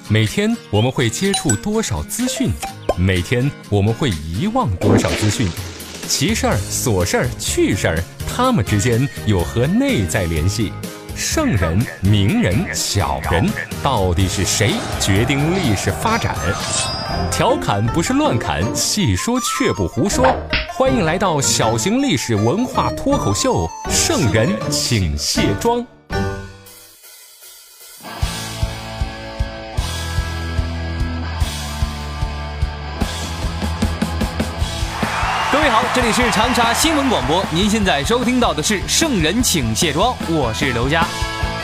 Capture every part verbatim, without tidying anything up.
每天我们会接触多少资讯？每天我们会遗忘多少资讯？奇事儿、琐事儿、趣事儿，它们之间有何内在联系？圣人、名人、小人，到底是谁决定历史发展？调侃不是乱侃，细说却不胡说。欢迎来到小型历史文化脱口秀《圣人请卸妆》。 各位好，这里是长沙新闻广播，您现在收听到的是《圣人请卸妆》，我是刘佳。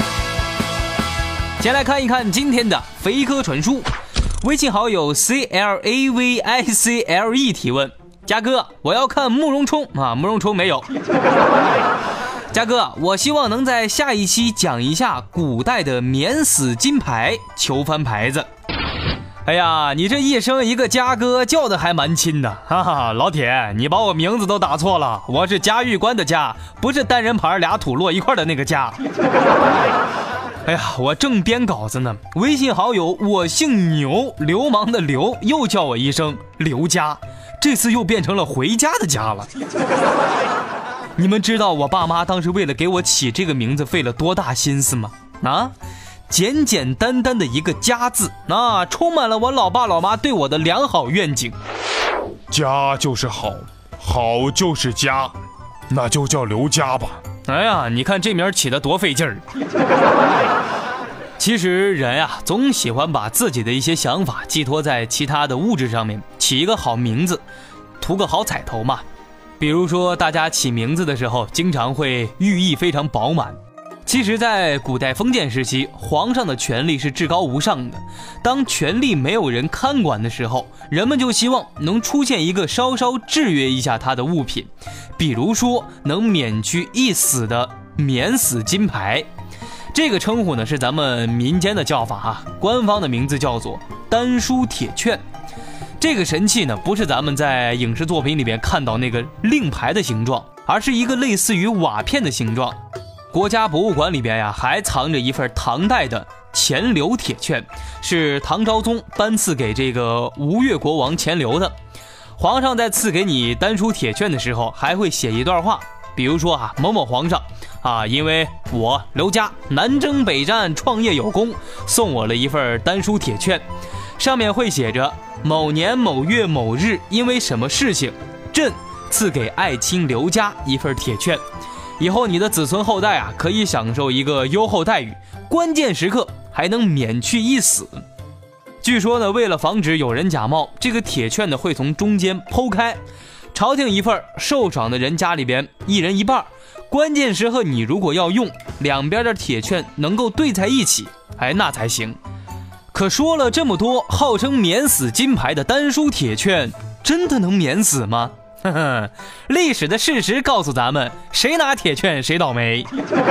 先来看一看今天的飞科传书。微信好友 C L A V I C L E 提问：嘉哥，我要看慕容冲啊，慕容冲没有。嘉哥，我希望能在下一期讲一下古代的免死金牌，求翻牌子。哎呀，你这一生一个嘉哥，叫的还蛮亲的，哈哈，老铁，你把我名字都打错了，我是嘉峪关的嘉，不是单人牌俩土摞一块的那个嘉。哎呀，我正编稿子呢，微信好友我姓牛，流氓的刘，又叫我一声刘家，这次又变成了回家的家了。你们知道我爸妈当时为了给我起这个名字费了多大心思吗？啊？简简单单的一个家字，那充满了我老爸老妈对我的良好愿景。 家就是好，好就是家，那就叫刘家吧。 哎呀，你看这名起得多费劲儿。其实人呀、啊，总喜欢把自己的一些想法寄托在其他的物质上面，起一个好名字，图个好彩头嘛。比如说大家起名字的时候，经常会寓意非常饱满。其实在古代封建时期，皇上的权力是至高无上的，当权力没有人看管的时候，人们就希望能出现一个稍稍制约一下他的物品，比如说能免去一死的免死金牌。这个称呼呢是咱们民间的叫法啊，官方的名字叫做丹书铁券。这个神器呢不是咱们在影视作品里面看到那个令牌的形状，而是一个类似于瓦片的形状。国家博物馆里边呀，还藏着一份唐代的钱镠铁券，是唐昭宗颁赐给这个吴越国王钱镠的。皇上在赐给你丹书铁券的时候，还会写一段话，比如说啊，某某皇上啊，因为我刘家南征北战创业有功，送我了一份丹书铁券，上面会写着某年某月某日，因为什么事情，朕赐给爱卿刘家一份铁券。以后你的子孙后代啊，可以享受一个优厚待遇，关键时刻还能免去一死。据说呢，为了防止有人假冒，这个铁券呢会从中间剖开，朝廷一份，受赏的人家里边一人一半。关键时候你如果要用，两边的铁券能够对在一起，哎，那才行。可说了这么多，号称免死金牌的丹书铁券，真的能免死吗？呵呵，历史的事实告诉咱们，谁拿铁券谁倒霉。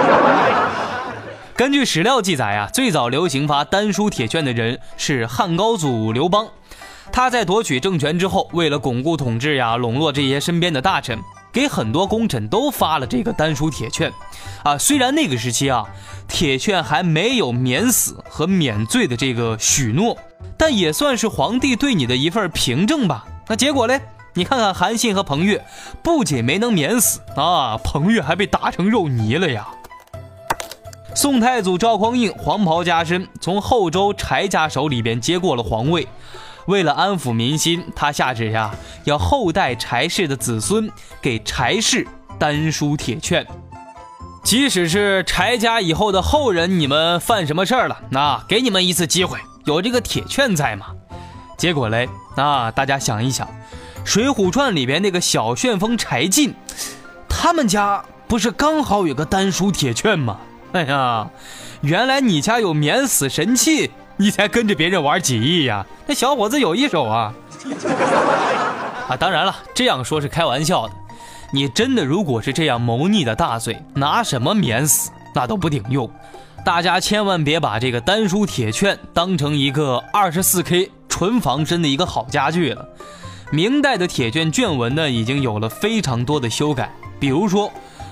根据史料记载啊，最早流行发丹书铁券的人是汉高祖刘邦。他在夺取政权之后，为了巩固统治呀，笼络这些身边的大臣，给很多功臣都发了这个丹书铁券啊。虽然那个时期啊，铁券还没有免死和免罪的这个许诺，但也算是皇帝对你的一份凭证吧。那结果嘞？你看看韩信和彭越，不仅没能免死啊，彭越还被打成肉泥了呀。宋太祖赵匡胤黄袍加身，从后周柴家手里边接过了皇位。为了安抚民心，他下旨呀，要后代柴氏的子孙给柴氏丹书铁券。即使是柴家以后的后人，你们犯什么事儿了，那给你们一次机会，有这个铁券在嘛。结果嘞，啊，大家想一想，水浒传里边那个小旋风柴进，他们家不是刚好有个丹书铁券吗？哎呀，原来你家有免死神器，你才跟着别人玩几亿呀，那小伙子有一手啊。啊，当然了，这样说是开玩笑的，你真的如果是这样谋逆的大罪，拿什么免死那都不顶用。大家千万别把这个丹书铁券当成一个 二十四 K 纯防身的一个好家具了。明代的铁券卷纹呢，已经有了非常多的修改，比如说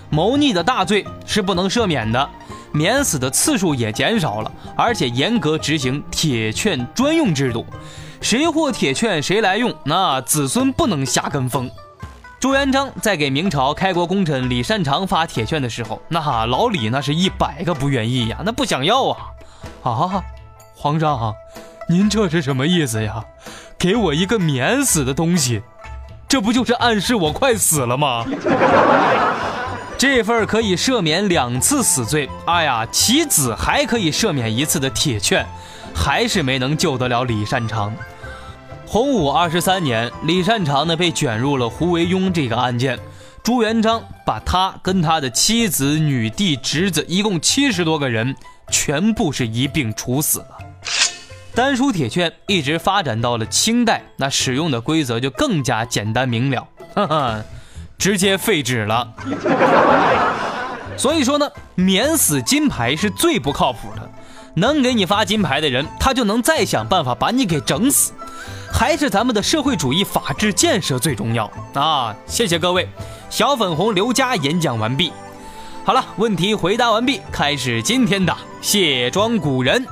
谋逆的大罪是不能赦免的，免死的次数也减少了，而且严格执行铁券专用制度，谁获铁券谁来用，那子孙不能瞎跟风。朱元璋在给明朝开国功臣李善长发铁券的时候，那老李那是一百个不愿意呀，那不想要啊！啊，皇上，您这是什么意思呀？给我一个免死的东西，这不就是暗示我快死了吗？这份可以赦免两次死罪，哎呀，其子还可以赦免一次的铁券，还是没能救得了李善长。洪武二十三年，李善长呢被卷入了胡惟庸这个案件，朱元璋把他跟他的妻子、女弟、侄子一共七十多个人全部是一并处死了。丹书铁券一直发展到了清代，那使用的规则就更加简单明了，呵呵，直接废止了。所以说呢，免死金牌是最不靠谱的，能给你发金牌的人，他就能再想办法把你给整死。还是咱们的社会主义法治建设最重要啊！谢谢各位，小粉红刘佳演讲完毕。好了，问题回答完毕，开始今天的卸妆古人。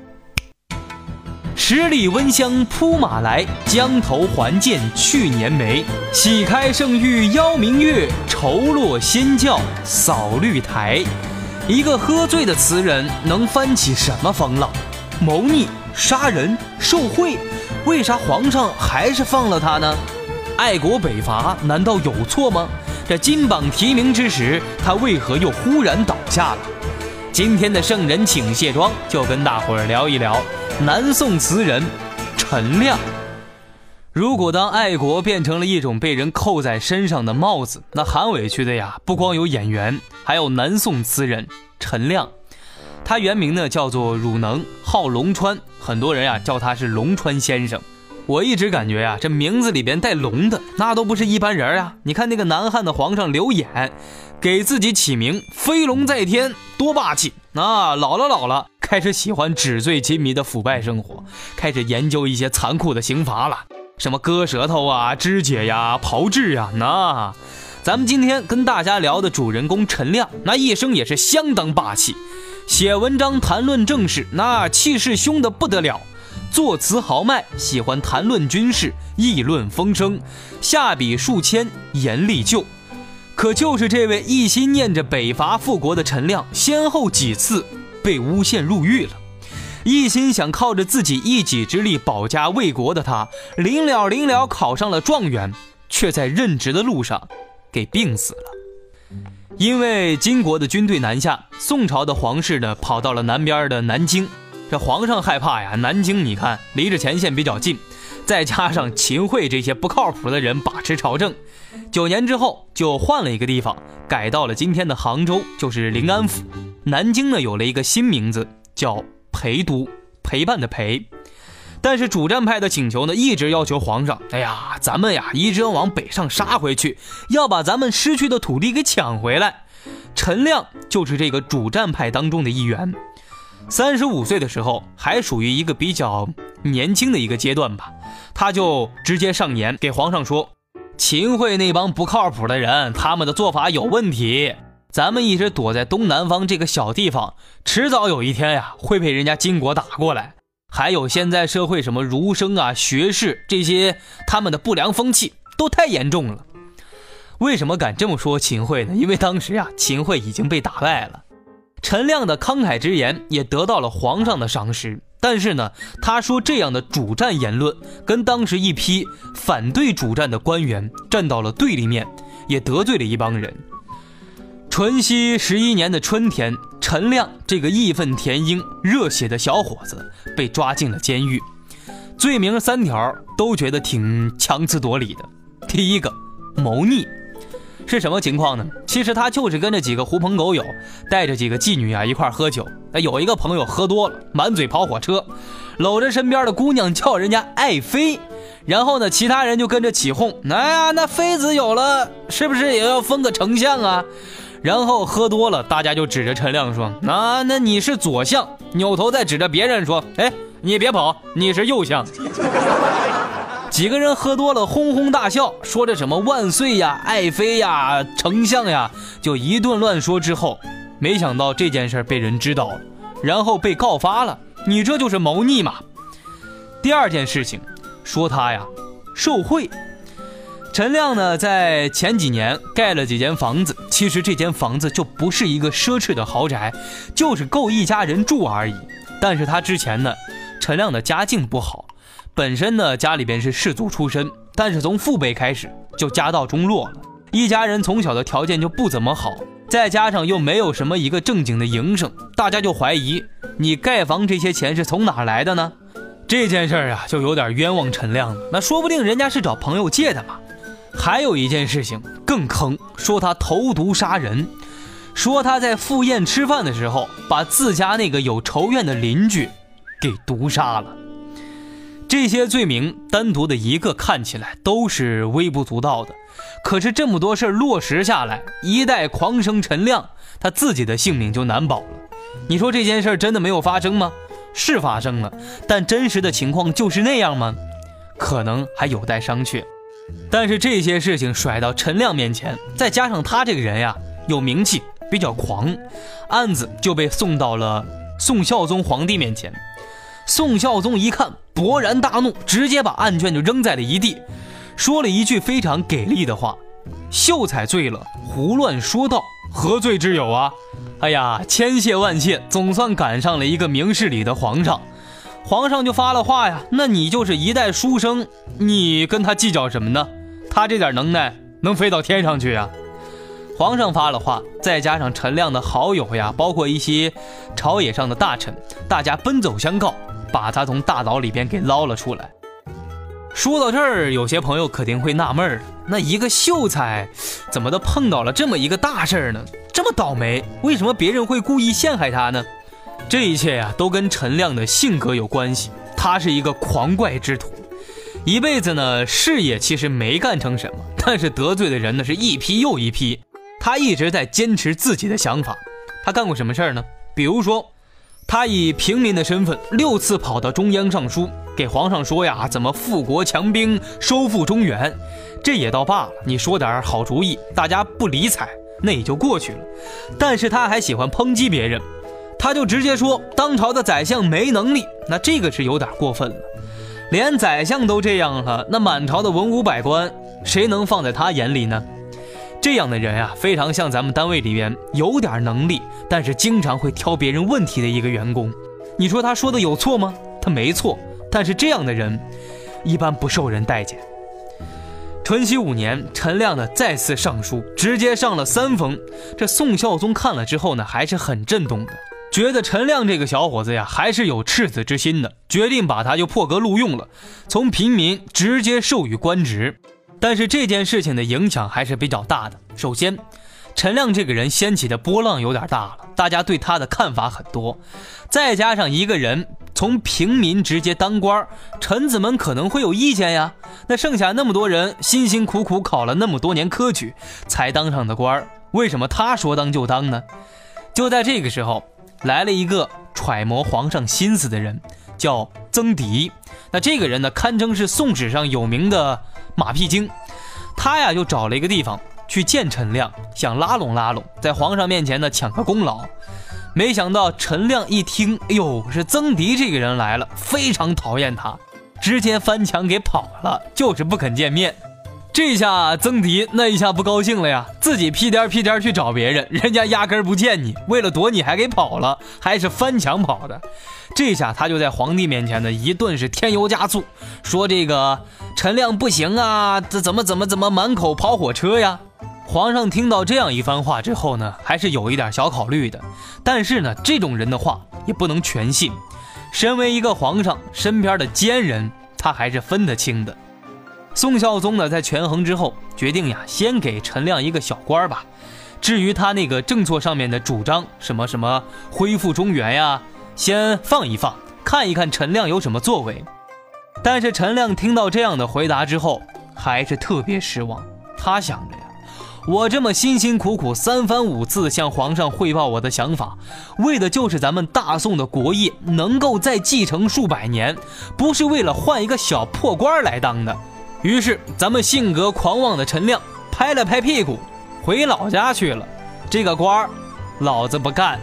十里温香扑马来，江头还见去年梅。喜开圣域邀明月，愁落仙教扫绿台。一个喝醉的词人能翻起什么风浪？谋逆、杀人、受贿，为啥皇上还是放了他呢？爱国北伐难道有错吗？这金榜题名之时，他为何又忽然倒下了？今天的圣人请卸妆，就跟大伙儿聊一聊南宋词人陈亮。如果当爱国变成了一种被人扣在身上的帽子，那喊委屈的呀，不光有演员，还有南宋词人陈亮。他原名呢叫做汝能，号龙川，很多人呀叫他是龙川先生。我一直感觉呀，这名字里边带龙的那都不是一般人啊！你看那个南汉的皇上刘演，给自己起名飞龙在天，多霸气啊！老了老了，开始喜欢纸醉金迷的腐败生活，开始研究一些残酷的刑罚了，什么割舌头啊、肢解呀、炮制呀。那咱们今天跟大家聊的主人公陈亮，那一生也是相当霸气，写文章谈论政事，那气势凶得不得了。作词豪迈，喜欢谈论军事，议论风声，下笔数千，严厉旧。可就是这位一心念着北伐复国的陈亮，先后几次被诬陷入狱了。一心想靠着自己一己之力保家卫国的他，临了临了考上了状元，却在任职的路上给病死了。因为金国的军队南下，宋朝的皇室呢跑到了南边的南京。这皇上害怕呀，南京你看离着前线比较近，再加上秦桧这些不靠谱的人把持朝政，九年之后就换了一个地方，改到了今天的杭州，就是临安府。南京呢有了一个新名字，叫陪都，陪伴的陪。但是主战派的请求呢，一直要求皇上，哎呀，咱们呀一直要往北上杀回去，要把咱们失去的土地给抢回来。陈亮就是这个主战派当中的一员。三十五岁的时候，还属于一个比较年轻的一个阶段吧，他就直接上言给皇上说，秦桧那帮不靠谱的人，他们的做法有问题，咱们一直躲在东南方这个小地方，迟早有一天呀会被人家金国打过来。还有现在社会什么儒生啊、学士这些，他们的不良风气都太严重了。为什么敢这么说秦桧呢？因为当时啊秦桧已经被打败了。陈亮的慷慨之言也得到了皇上的赏识，但是呢，他说这样的主战言论跟当时一批反对主战的官员站到了对立面，也得罪了一帮人。淳熙十一年的春天，陈亮这个义愤填膺、热血的小伙子被抓进了监狱，罪名三条都觉得挺强词夺理的。第一个，谋逆。是什么情况呢？其实他就是跟着几个狐朋狗友，带着几个妓女啊一块喝酒。有一个朋友喝多了，满嘴跑火车，搂着身边的姑娘叫人家爱妃，然后呢，其他人就跟着起哄，哎呀，那妃子有了，是不是也要封个丞相啊？然后喝多了，大家就指着陈亮说，啊，那你是左相，扭头再指着别人说，哎，你别跑，你是右相。 几个人喝多了，哄哄大笑，说着什么万岁呀、爱妃呀、丞相呀，就一顿乱说。之后没想到这件事被人知道了，然后被告发了，你这就是谋逆嘛。第二件事情，说他呀受贿。陈亮呢，在前几年盖了几间房子，其实这间房子就不是一个奢侈的豪宅，就是够一家人住而已。但是他之前呢，陈亮的家境不好，本身呢家里边是士族出身，但是从父辈开始就家道中落了，一家人从小的条件就不怎么好，再加上又没有什么一个正经的营生，大家就怀疑你盖房这些钱是从哪来的呢？这件事啊就有点冤枉陈亮了，那说不定人家是找朋友借的嘛。还有一件事情更坑，说他投毒杀人，说他在赴宴吃饭的时候把自家那个有仇怨的邻居给毒杀了。这些罪名单独的一个看起来都是微不足道的，可是这么多事落实下来，一代狂生陈亮他自己的性命就难保了。你说这件事真的没有发生吗？是发生了，但真实的情况就是那样吗？可能还有待商榷。但是这些事情甩到陈亮面前，再加上他这个人呀有名气，比较狂，案子就被送到了宋孝宗皇帝面前。宋孝宗一看勃然大怒，直接把案卷就扔在了一地，说了一句非常给力的话：秀才醉了胡乱说道，何罪之有啊？哎呀，千谢万谢，总算赶上了一个明事理的皇上。皇上就发了话呀，那你就是一代书生，你跟他计较什么呢？他这点能耐能飞到天上去啊？皇上发了话，再加上陈亮的好友呀，包括一些朝野上的大臣，大家奔走相告，把他从大牢里边给捞了出来。说到这儿，有些朋友肯定会纳闷，那一个秀才怎么都碰到了这么一个大事呢？这么倒霉，为什么别人会故意陷害他呢？这一切呀、啊，都跟陈亮的性格有关系。他是一个狂怪之徒，一辈子呢事业其实没干成什么，但是得罪的人呢是一批又一批。他一直在坚持自己的想法。他干过什么事儿呢？比如说，他以平民的身份六次跑到中央上书，给皇上说呀，怎么富国强兵，收复中原。这也倒罢了，你说点好主意，大家不理睬，那也就过去了。但是他还喜欢抨击别人。他就直接说当朝的宰相没能力，那这个是有点过分了。连宰相都这样了，那满朝的文武百官谁能放在他眼里呢？这样的人啊，非常像咱们单位里边有点能力，但是经常会挑别人问题的一个员工。你说他说的有错吗？他没错，但是这样的人一般不受人待见。淳熙五年，陈亮呢再次上书，直接上了三封。这宋孝宗看了之后呢，还是很震动的，觉得陈亮这个小伙子呀，还是有赤子之心的，决定把他就破格录用了，从平民直接授予官职。但是这件事情的影响还是比较大的。首先，陈亮这个人掀起的波浪有点大了，大家对他的看法很多，再加上一个人从平民直接当官，臣子们可能会有意见呀。那剩下那么多人辛辛苦苦考了那么多年科举才当上的官，为什么他说当就当呢？就在这个时候，来了一个揣摩皇上心思的人，叫曾迪。那这个人呢，堪称是宋史上有名的马屁精。他呀就找了一个地方去见陈亮，想拉拢拉拢，在皇上面前呢抢个功劳。没想到陈亮一听，哎呦，是曾迪这个人来了，非常讨厌他，直接翻墙给跑了，就是不肯见面。这下曾迪那一下不高兴了呀，自己屁颠屁颠去找别人，人家压根不见你，为了躲你还给跑了，还是翻墙跑的。这下他就在皇帝面前呢一顿是添油加醋，说这个陈亮不行啊，这怎么怎么怎么满口跑火车呀。皇上听到这样一番话之后呢，还是有一点小考虑的，但是呢这种人的话也不能全信，身为一个皇上身边的奸人，他还是分得清的。宋孝宗呢在权衡之后决定呀，先给陈亮一个小官吧，至于他那个政策上面的主张，什么什么恢复中原呀，先放一放，看一看陈亮有什么作为。但是陈亮听到这样的回答之后还是特别失望，他想着呀， 我这么辛辛苦苦三番五次向皇上汇报我的想法，为的就是咱们大宋的国业能够再继承数百年，不是为了换一个小破官来当的。于是咱们性格狂妄的陈亮拍了拍屁股回老家去了，这个官老子不干。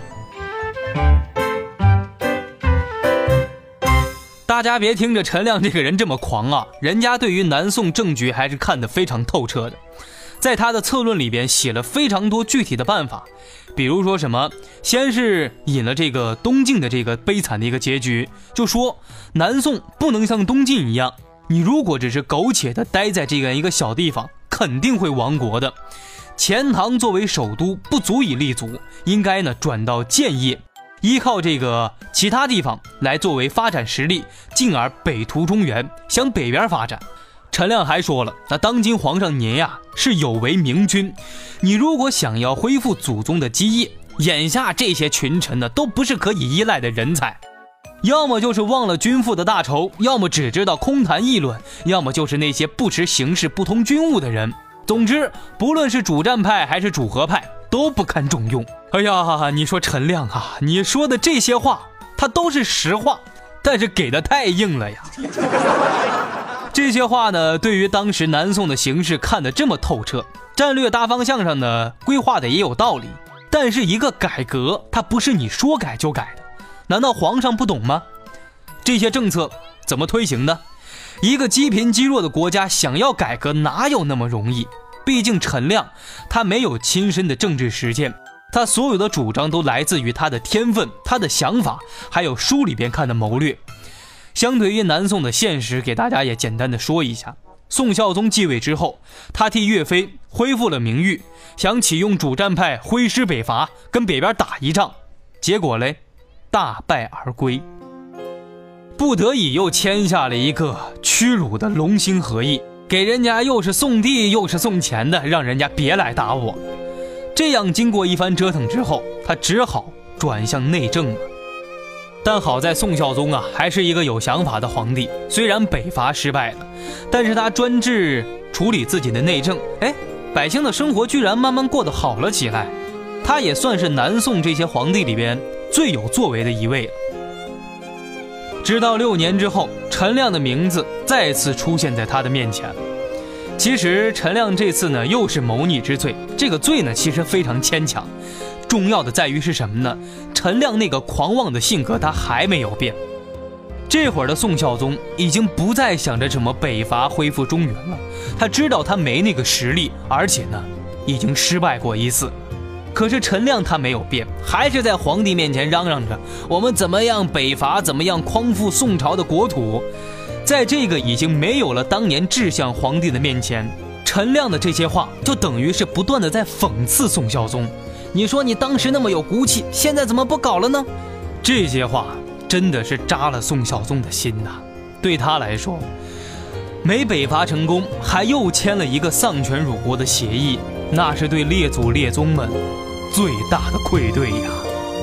大家别听着陈亮这个人这么狂啊，人家对于南宋政局还是看得非常透彻的，在他的策论里边写了非常多具体的办法，比如说什么，先是引了这个东晋的这个悲惨的一个结局，就说南宋不能像东晋一样，你如果只是苟且的待在这样一个小地方，肯定会亡国的。钱塘作为首都不足以立足，应该呢转到建业，依靠这个其他地方来作为发展实力，进而北图中原，向北边发展。陈亮还说了，那当今皇上您呀是有为明君，你如果想要恢复祖宗的基业，眼下这些群臣呢都不是可以依赖的人才，要么就是忘了君父的大仇，要么只知道空谈议论，要么就是那些不识形势不通军务的人。总之不论是主战派还是主和派都不堪重用。哎呀，你说陈亮啊，你说的这些话他都是实话，但是给的太硬了呀。这些话呢，对于当时南宋的形势看得这么透彻，战略大方向上呢规划的也有道理，但是一个改革它不是你说改就改的，难道皇上不懂吗？这些政策怎么推行呢？一个积贫积弱的国家想要改革哪有那么容易？毕竟陈亮他没有亲身的政治实践，他所有的主张都来自于他的天分，他的想法，还有书里边看的谋略。相对于南宋的现实，给大家也简单的说一下，宋孝宗继位之后，他替岳飞恢复了名誉，想启用主战派挥师北伐，跟北边打一仗，结果嘞大败而归，不得已又签下了一个屈辱的龙兴和议，给人家又是送地又是送钱的，让人家别来打我。这样经过一番折腾之后，他只好转向内政了。但好在宋孝宗啊还是一个有想法的皇帝，虽然北伐失败了，但是他专制处理自己的内政，哎，百姓的生活居然慢慢过得好了起来。他也算是南宋这些皇帝里边最有作为的一位了。直到六年之后，陈亮的名字再次出现在他的面前。其实陈亮这次呢又是谋逆之罪，这个罪呢其实非常牵强，重要的在于是什么呢？陈亮那个狂妄的性格他还没有变。这会儿的宋孝宗已经不再想着什么北伐恢复中原了，他知道他没那个实力，而且呢已经失败过一次。可是陈亮他没有变，还是在皇帝面前嚷嚷着我们怎么样北伐，怎么样匡复宋朝的国土。在这个已经没有了当年志向皇帝的面前，陈亮的这些话就等于是不断的在讽刺宋孝宗。你说你当时那么有骨气，现在怎么不搞了呢？这些话真的是扎了宋孝宗的心呐。对他来说，没北伐成功，还又签了一个丧权辱国的协议，那是对列祖列宗们最大的愧对呀。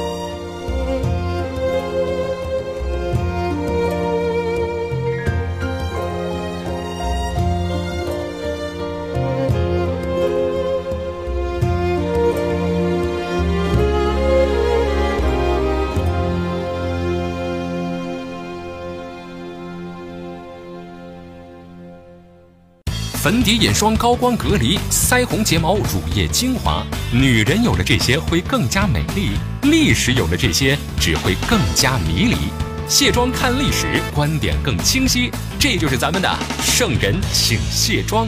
粉底眼霜高光隔离，腮红睫毛乳液精华，女人有了这些会更加美丽，历史有了这些只会更加迷离。卸妆看历史，观点更清晰，这就是咱们的圣人请卸妆。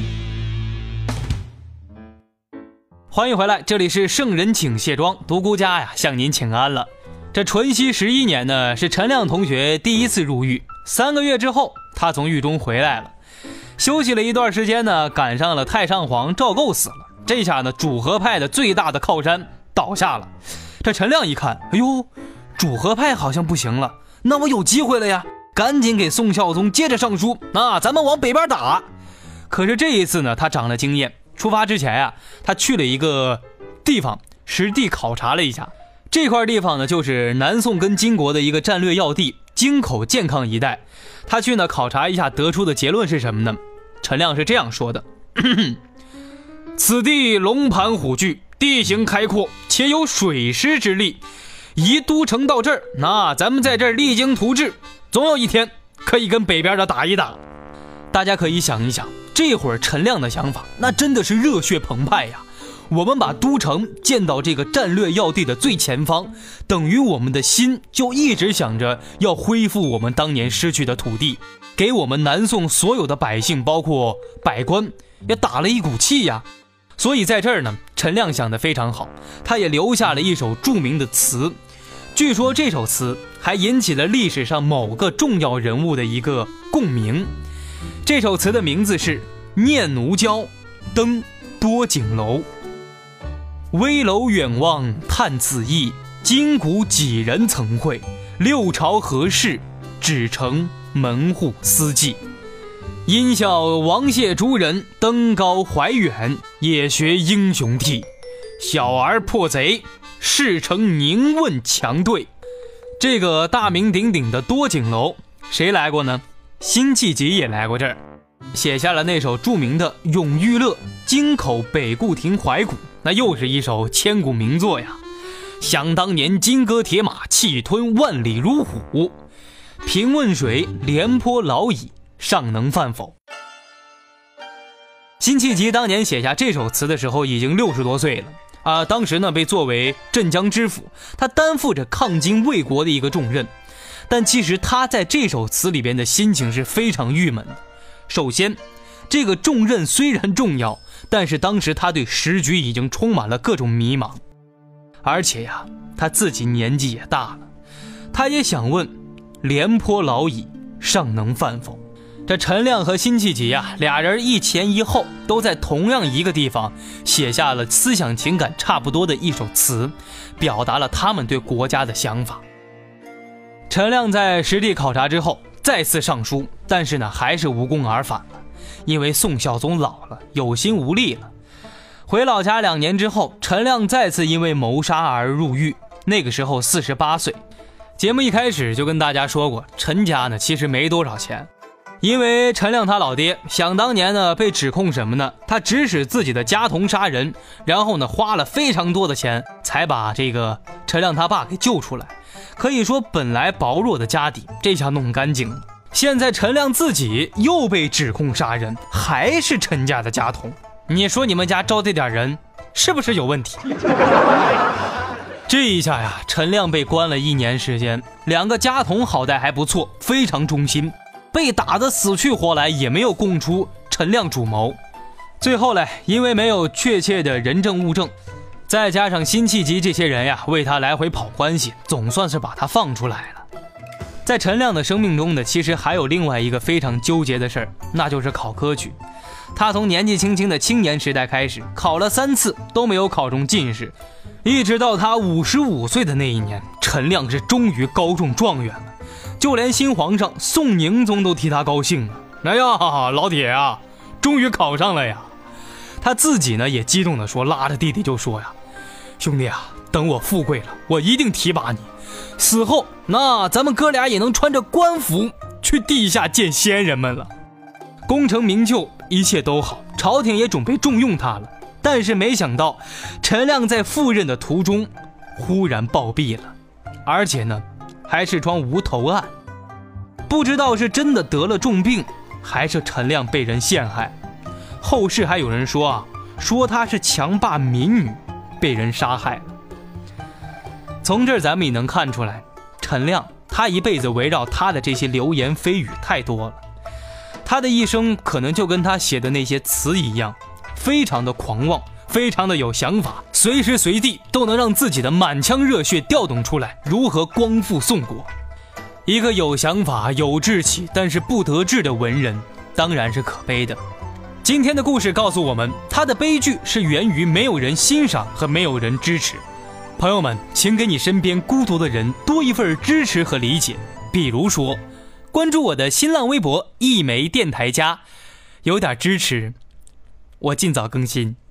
欢迎回来，这里是圣人请卸妆，独孤家呀向您请安了。这淳熙十一年呢，是陈亮同学第一次入狱，三个月之后他从狱中回来了。休息了一段时间呢，赶上了太上皇赵构死了，这下呢主和派的最大的靠山倒下了。这陈亮一看，哎呦，主和派好像不行了，那我有机会了呀，赶紧给宋孝宗接着上书，那咱们往北边打。可是这一次呢他长了经验，出发之前呀，他去了一个地方实地考察了一下，这块地方呢就是南宋跟金国的一个战略要地京口健康一带。他去呢考察一下，得出的结论是什么呢？陈亮是这样说的： 此地龙盘虎踞，地形开阔，且有水师之力。移都城到这儿，那咱们在这儿励精图治，总有一天可以跟北边的打一打。大家可以想一想，这会儿陈亮的想法那真的是热血澎湃呀。我们把都城建到这个战略要地的最前方，等于我们的心就一直想着要恢复我们当年失去的土地，给我们南宋所有的百姓包括百官也打了一股气呀。所以在这儿呢，陈亮想得非常好，他也留下了一首著名的词。据说这首词还引起了历史上某个重要人物的一个共鸣。这首词的名字是《念奴娇·登多景楼》。危楼远望叹此意，今古几人曾会？六朝何事，只成门户思记。因笑王谢诸人，登高怀远，也学英雄体。小儿破贼，事成宁问强队。这个大名鼎鼎的多景楼，谁来过呢？辛弃疾也来过这儿，写下了那首著名的《咏玉勒·京口北固亭怀古》，那又是一首千古名作呀。想当年金戈铁马，气吞万里如虎。平问水，廉颇老矣，尚能饭否？辛弃疾当年写下这首词的时候已经六十多岁了啊，当时呢被作为镇江知府，他担负着抗金卫国的一个重任。但其实他在这首词里边的心情是非常郁闷的。首先，这个重任虽然重要，但是当时他对时局已经充满了各种迷茫，而且呀，他自己年纪也大了，他也想问廉颇老矣，尚能饭否？这陈亮和辛弃疾呀，俩人一前一后，都在同样一个地方写下了思想情感差不多的一首词，表达了他们对国家的想法。陈亮在实地考察之后再次上书，但是呢还是无功而返了，因为宋孝宗老了，有心无力了。回老家两年之后，陈亮再次因为谋杀而入狱，那个时候四十八岁。节目一开始就跟大家说过，陈家呢其实没多少钱，因为陈亮他老爹想当年呢被指控什么呢？他指使自己的家童杀人，然后呢花了非常多的钱才把这个陈亮他爸给救出来。可以说本来薄弱的家底这下弄干净了。现在陈亮自己又被指控杀人，还是陈家的家童，你说你们家招这点人是不是有问题？这一下呀，陈亮被关了一年时间，两个家童好歹还不错，非常忠心，被打得死去活来，也没有供出陈亮主谋。最后呢，因为没有确切的人证物证，再加上辛弃疾这些人呀为他来回跑关系，总算是把他放出来了。在陈亮的生命中呢，其实还有另外一个非常纠结的事儿，那就是考科举。他从年纪轻轻的青年时代开始，考了三次都没有考中进士，一直到他五十五岁的那一年，陈亮是终于高中状元了，就连新皇上宋宁宗都替他高兴了。哎呀，老铁啊，终于考上了呀！他自己呢也激动地说，拉着弟弟就说呀，兄弟啊，等我富贵了，我一定提拔你，死后那咱们哥俩也能穿着官服去地下见仙人们了。功成名就，一切都好，朝廷也准备重用他了。但是没想到陈亮在赴任的途中忽然暴毙了，而且呢还是桩无头案。不知道是真的得了重病，还是陈亮被人陷害。后世还有人说啊，说他是强霸民女被人杀害了。从这儿咱们也能看出来，陈亮他一辈子围绕他的这些流言蜚语太多了，他的一生可能就跟他写的那些词一样，非常的狂妄，非常的有想法，随时随地都能让自己的满腔热血调动出来，如何光复宋国。一个有想法有志气但是不得志的文人，当然是可悲的。今天的故事告诉我们，他的悲剧是源于没有人欣赏和没有人支持。朋友们，请给你身边孤独的人多一份支持和理解，比如说关注我的新浪微博一枚电台家，有点支持，我尽早更新。